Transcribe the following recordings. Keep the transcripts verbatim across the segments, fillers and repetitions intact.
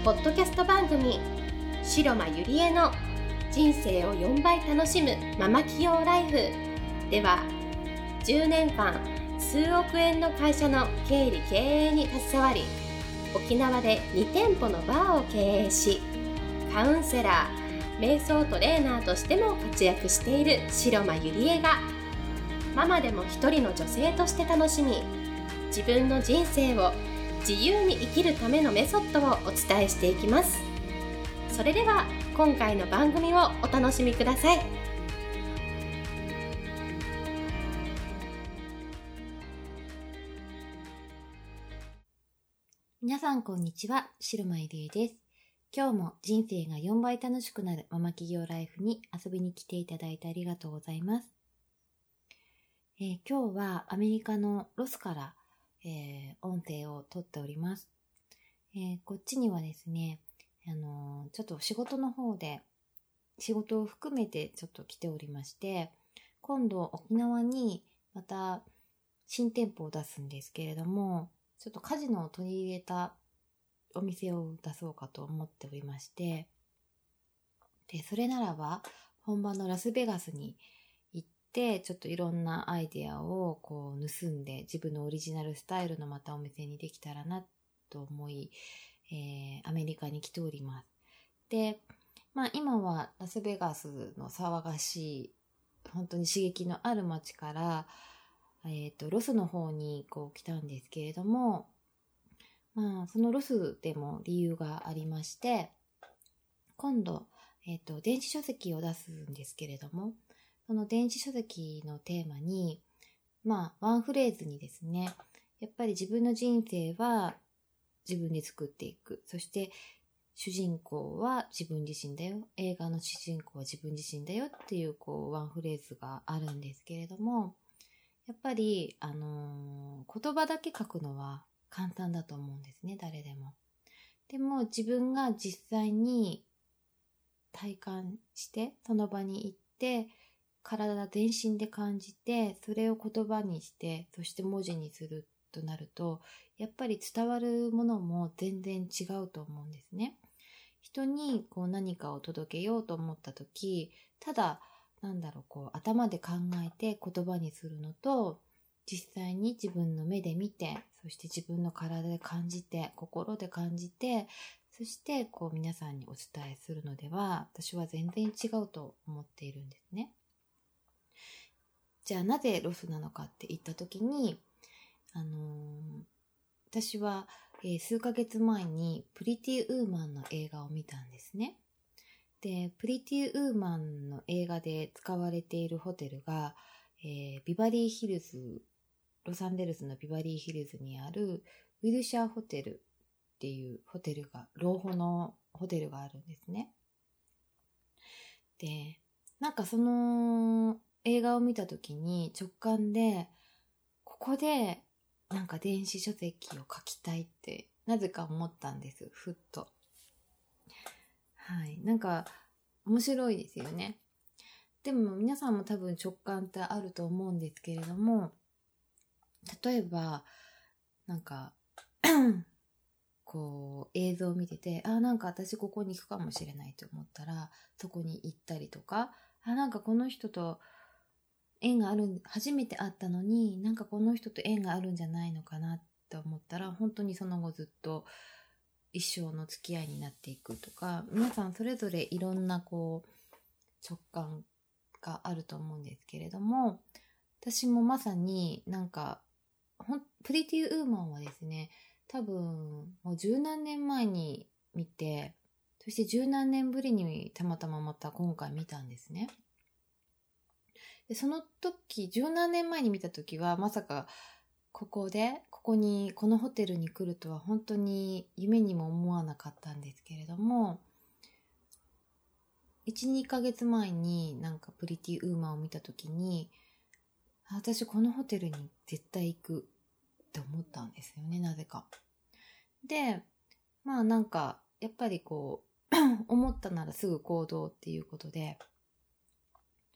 ポッドキャスト番組白間ゆりえの人生をよんばい楽しむママ企業ライフでは、じゅうねんかん数億円の会社の経理経営に携わり、沖縄でにてんぽのバーを経営し、カウンセラー、瞑想トレーナーとしても活躍している白間ゆりえが、ママでも一人の女性として楽しみ、自分の人生を自由に生きるためのメソッドをお伝えしていきます。それでは今回の番組をお楽しみください。 皆さんこんにちは、白間ゆりえです。今日も人生がよんばい楽しくなるママ企業ライフに遊びに来ていただいてありがとうございます。えー、今日はアメリカのロスから、えー、音声を撮っております。えー、こっちにはですね、あのー、ちょっと仕事の方で仕事を含めてちょっと来ておりまして、今度沖縄にまた新店舗を出すんですけれども、ちょっとカジノを取り入れたお店を出そうかと思っておりまして、でそれならば本場のラスベガスに行ってちょっといろんなアイデアをこう盗んで自分のオリジナルスタイルのまたお店にできたらなと思い、えー、アメリカに来ております。で、まあ今はラスベガスの騒がしい本当に刺激のある街からえっとロスの方にこう来たんですけれども、まあそのロスでも理由がありまして、今度えっと電子書籍を出すんですけれども、その電子書籍のテーマに、まあワンフレーズにですね、やっぱり自分の人生は自分で作っていく。そして主人公は自分自身だよ。映画の主人公は自分自身だよっていうこうワンフレーズがあるんですけれども、やっぱりあのー、言葉だけ書くのは簡単だと思うんですね、誰でも。でも自分が実際に体感してその場に行って体全身で感じて、それを言葉にして、そして文字にするとなると、やっぱり伝わるものも全然違うと思うんですね。人にこう何かを届けようと思ったとき、ただなんだろう、こう頭で考えて言葉にするのと、実際に自分の目で見て、そして自分の体で感じて、心で感じて、そしてこう皆さんにお伝えするのでは、私は全然違うと思っているんですね。じゃあなぜロスなのかって言ったときに、あのー、私は、えー、数ヶ月前にプリティウーマンの映画を見たんですね。で、プリティウーマンの映画で使われているホテルが、えー、ビバリーヒルズ、ロサンゼルスのビバリーヒルズにあるウィルシャーホテルっていうホテルが、老舗のホテルがあるんですね。で、なんかその映画を見たときに直感で、ここでなんか電子書籍を書きたいってなぜか思ったんです、ふっと。はい、なんか面白いですよね。でも皆さんも多分直感ってあると思うんですけれども、例えばなんかこう映像を見てて、あ、なんか私ここに行くかもしれないと思ったらそこに行ったりとか、あ、なんかこの人と縁がある、初めて会ったのになんかこの人と縁があるんじゃないのかなって思ったら、本当にその後ずっと一生の付き合いになっていくとか、皆さんそれぞれいろんなこう直感があると思うんですけれども、私もまさになんかプリティウーマンはですね、多分もう十何年前に見て、そして十何年ぶりにたまたままた今回見たんですね。でその時、十何年前に見た時はまさかここでここにこのホテルに来るとは本当に夢にも思わなかったんですけれども、いち、にかげつまえになんかプリティウーマンを見た時に、私このホテルに絶対行くって思ったんですよね、なぜか。で、まあなんかやっぱりこう思ったならすぐ行動っていうことで、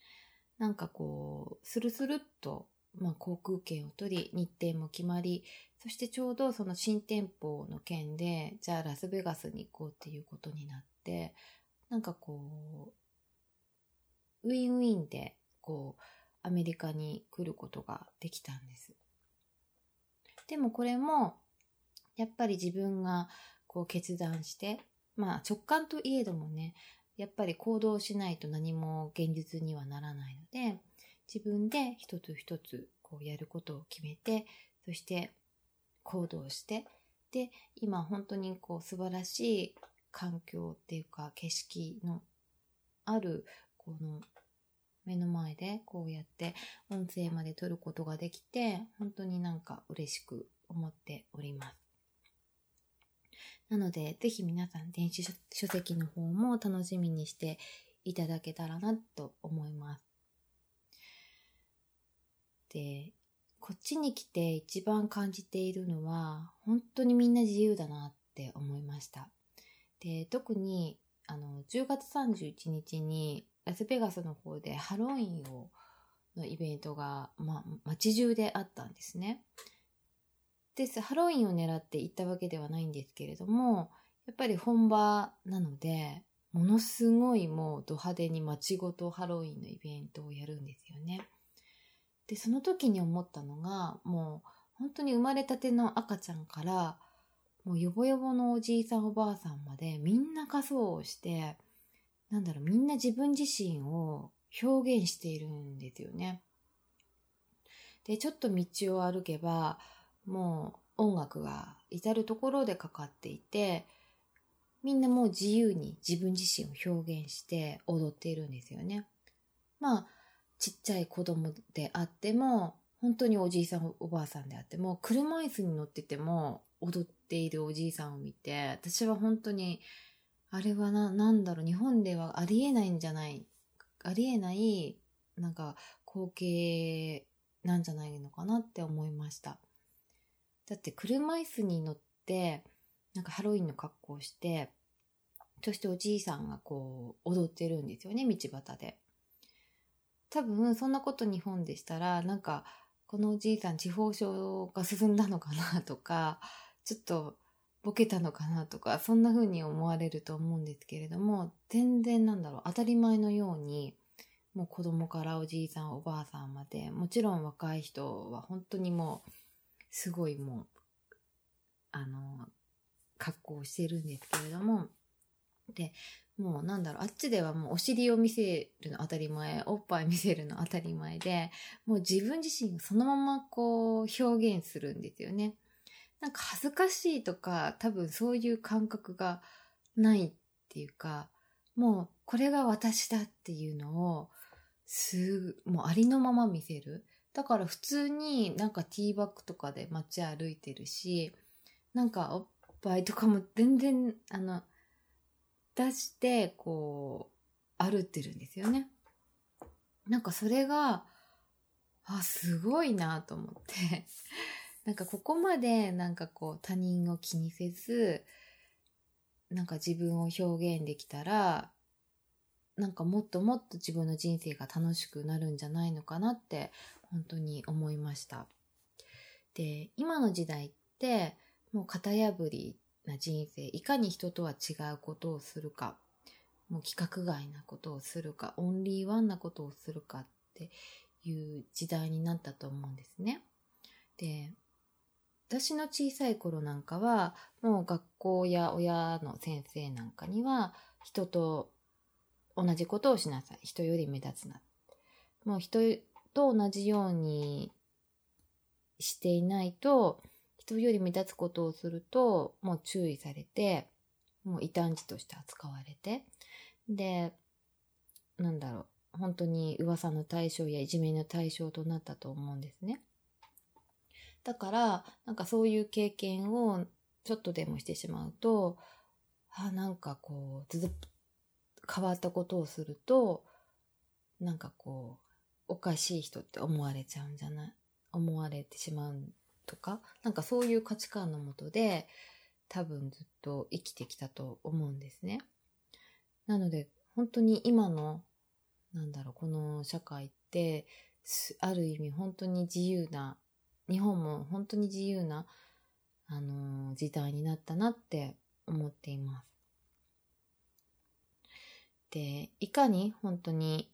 なんかこうスルスルっと、まあ、航空券を取り、日程も決まり、 そしてちょうどその新店舗の件で、じゃあラスベガスに行こうっていうことになって、なんかこう、ウィンウィンで、こう、アメリカに来ることができたんです。でもこれも、やっぱり自分がこう決断して、まあ直感といえどもね、やっぱり行動しないと何も現実にはならないので、自分で一つ一つこうやることを決めて、そして行動して、で、今本当にこう素晴らしい環境っていうか景色のあるこの目の前でこうやって音声まで撮ることができて、本当になんか嬉しく思っております。なので、ぜひ皆さん電子書籍の方も楽しみにしていただけたらなと思います。で、こっちに来て一番感じているのは、本当にみんな自由だなって思いました。で、特にあのじゅうがつさんじゅういちにちにラスベガスの方でハロウィンをのイベントが、ま、街中であったんですね。です。ハロウィンを狙って行ったわけではないんですけれども、やっぱり本場なので、ものすごいもうド派手に街ごとハロウィンのイベントをやるんですよね。で、その時に思ったのが、もう本当に生まれたての赤ちゃんから、もうヨボヨボのおじいさんおばあさんまでみんな仮装をして、なんだろう、みんな自分自身を表現しているんですよね。で、ちょっと道を歩けば、もう音楽が至るところでかかっていて、みんなもう自由に自分自身を表現して踊っているんですよね。まあ、ちっちゃい子供であっても、本当におじいさんおばあさんであっても、車椅子に乗ってても踊っているおじいさんを見て、私は本当に、あれはな、なんだろう、日本ではありえないんじゃない、ありえない、なんか光景なんじゃないのかなって思いました。だって車椅子に乗ってなんかハロウィンの格好をして、そしておじいさんがこう踊ってるんですよね、道端で。多分そんなこと日本でしたら、なんかこのおじいさん地方症が進んだのかなとか、ちょっとボケたのかなとか、そんな風に思われると思うんですけれども、全然なんだろう、当たり前のように、もう子供からおじいさんおばあさんまで、もちろん若い人は本当にもうすごいもうあの格好をしているんですけれども、でもうなんだろう、あっちではもうお尻を見せるの当たり前、おっぱい見せるの当たり前で、もう自分自身をそのままこう表現するんですよね。なんか恥ずかしいとか、多分そういう感覚がないっていうか、もうこれが私だっていうのをすぐもうありのまま見せる。だから普通になんかティーバッグとかで街歩いてるし、なんかおっぱいとかも全然あの出してこう歩ってるんですよね。なんかそれがあすごいなと思ってなんかここまでなんかこう他人を気にせずなんか自分を表現できたらなんかもっともっと自分の人生が楽しくなるんじゃないのかなって本当に思いました。で、今の時代ってもう型破りな人生、いかに人とは違うことをするか、もう規格外なことをするか、オンリーワンなことをするかっていう時代になったと思うんですね。で、私の小さい頃なんかはもう学校や親の先生なんかには人と同じことをしなさい、人より目立つな、もう人と同じようにしていないと人より目立つことをするともう注意されて、もう異端児として扱われて、でなんだろう、本当に噂の対象やいじめの対象となったと思うんですね。だからなんかそういう経験をちょっとでもしてしまうと、あなんかこうずっと変わったことをするとなんかこうおかしい人って思われちゃうんじゃない、思われてしまうとか、なんかそういう価値観のもとで多分ずっと生きてきたと思うんですね。なので本当に今のなんだろう、この社会ってある意味本当に自由な、日本も本当に自由なあのー、時代になったなって思っています。で、いかに本当に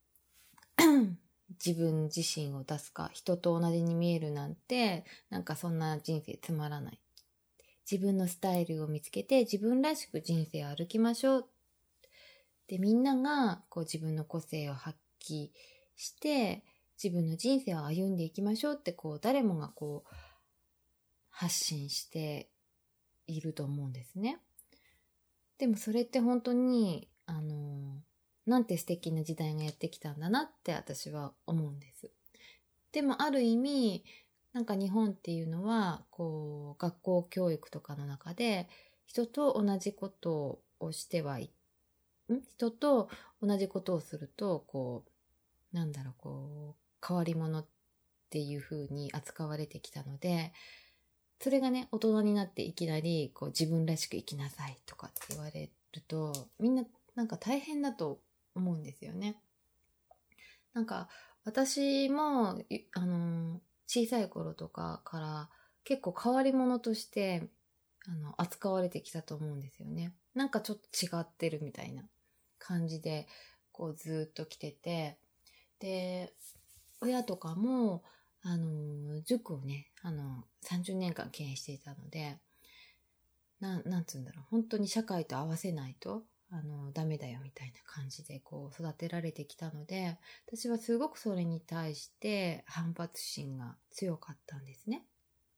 自分自身を出すか、人と同じに見えるなんて、なんかそんな人生つまらない。自分のスタイルを見つけて自分らしく人生を歩きましょう。で、みんながこう自分の個性を発揮して自分の人生を歩んでいきましょうってこう誰もがこう発信していると思うんですね。でもそれって本当にあのなんて素敵な時代がやってきたんだなって私は思うんです。でもある意味なんか日本っていうのはこう学校教育とかの中で人と同じことをしてはいん人と同じことをするとこうなんだろうこう変わり者っていう風に扱われてきたので、それがね大人になっていきなりこう自分らしく生きなさいとかって言われるとみんななんか大変だと思うんですよね。なんか私もあの小さい頃とかから結構変わり者としてあの扱われてきたと思うんですよね。なんかちょっと違ってるみたいな感じでこうずっと来てて、で親とかもあの塾をねあのさんじゅうねんかん経営していたので、ななんつうんだろう本当に社会と合わせないとあのダメだよみたいな感じでこう育てられてきたので、私はすごくそれに対して反発心が強かったんですね。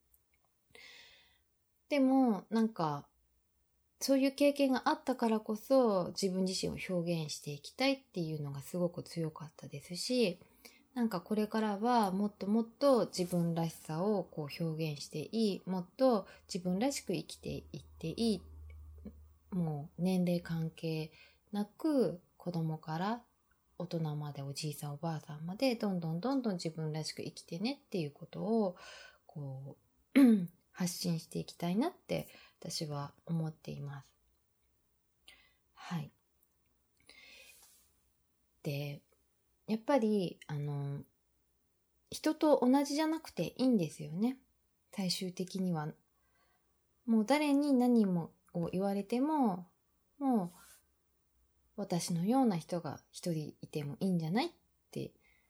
でもなんかそういう経験があったからこそ自分自身を表現していきたいっていうのがすごく強かったですし、なんかこれからはもっともっと自分らしさをこう表現していい、もっと自分らしく生きていっていい、もう年齢関係なく子供から大人までおじいさんおばあさんまでどんどんどんどん自分らしく生きてねっていうことをこう発信していきたいなって私は思っています。はい。で、やっぱりあの人と同じじゃなくていいんですよね。最終的にはもう誰に何もを言われてももう私のような人が一人いてもいいんじゃないって、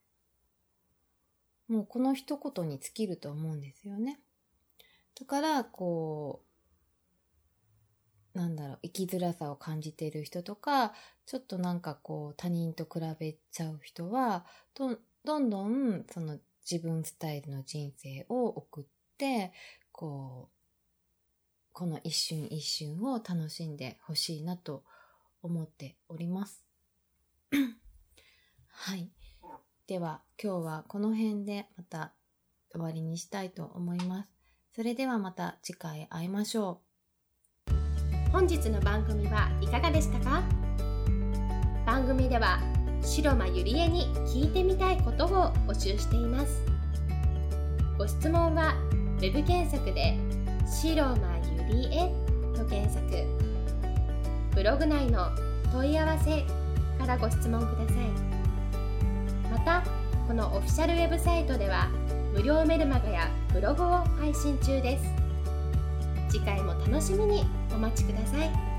もうこの一言に尽きると思うんですよね。だからこうなんだろう生きづらさを感じている人とか、ちょっとなんかこう他人と比べちゃう人は ど, どんどんその自分スタイルの人生を送ってこうこの一瞬一瞬を楽しんでほしいなと思っております。はい。では今日はこの辺でまた終わりにしたいと思います。それではまた次回会いましょう。本日の番組はいかがでしたか？番組では白間ゆりえに聞いてみたいことを募集しています。ご質問はウェブ検索で白間ゆりえと検索、ブログ内の問い合わせからご質問ください。またこのオフィシャルウェブサイトでは無料メルマガやブログを配信中です。次回も楽しみにお待ちください。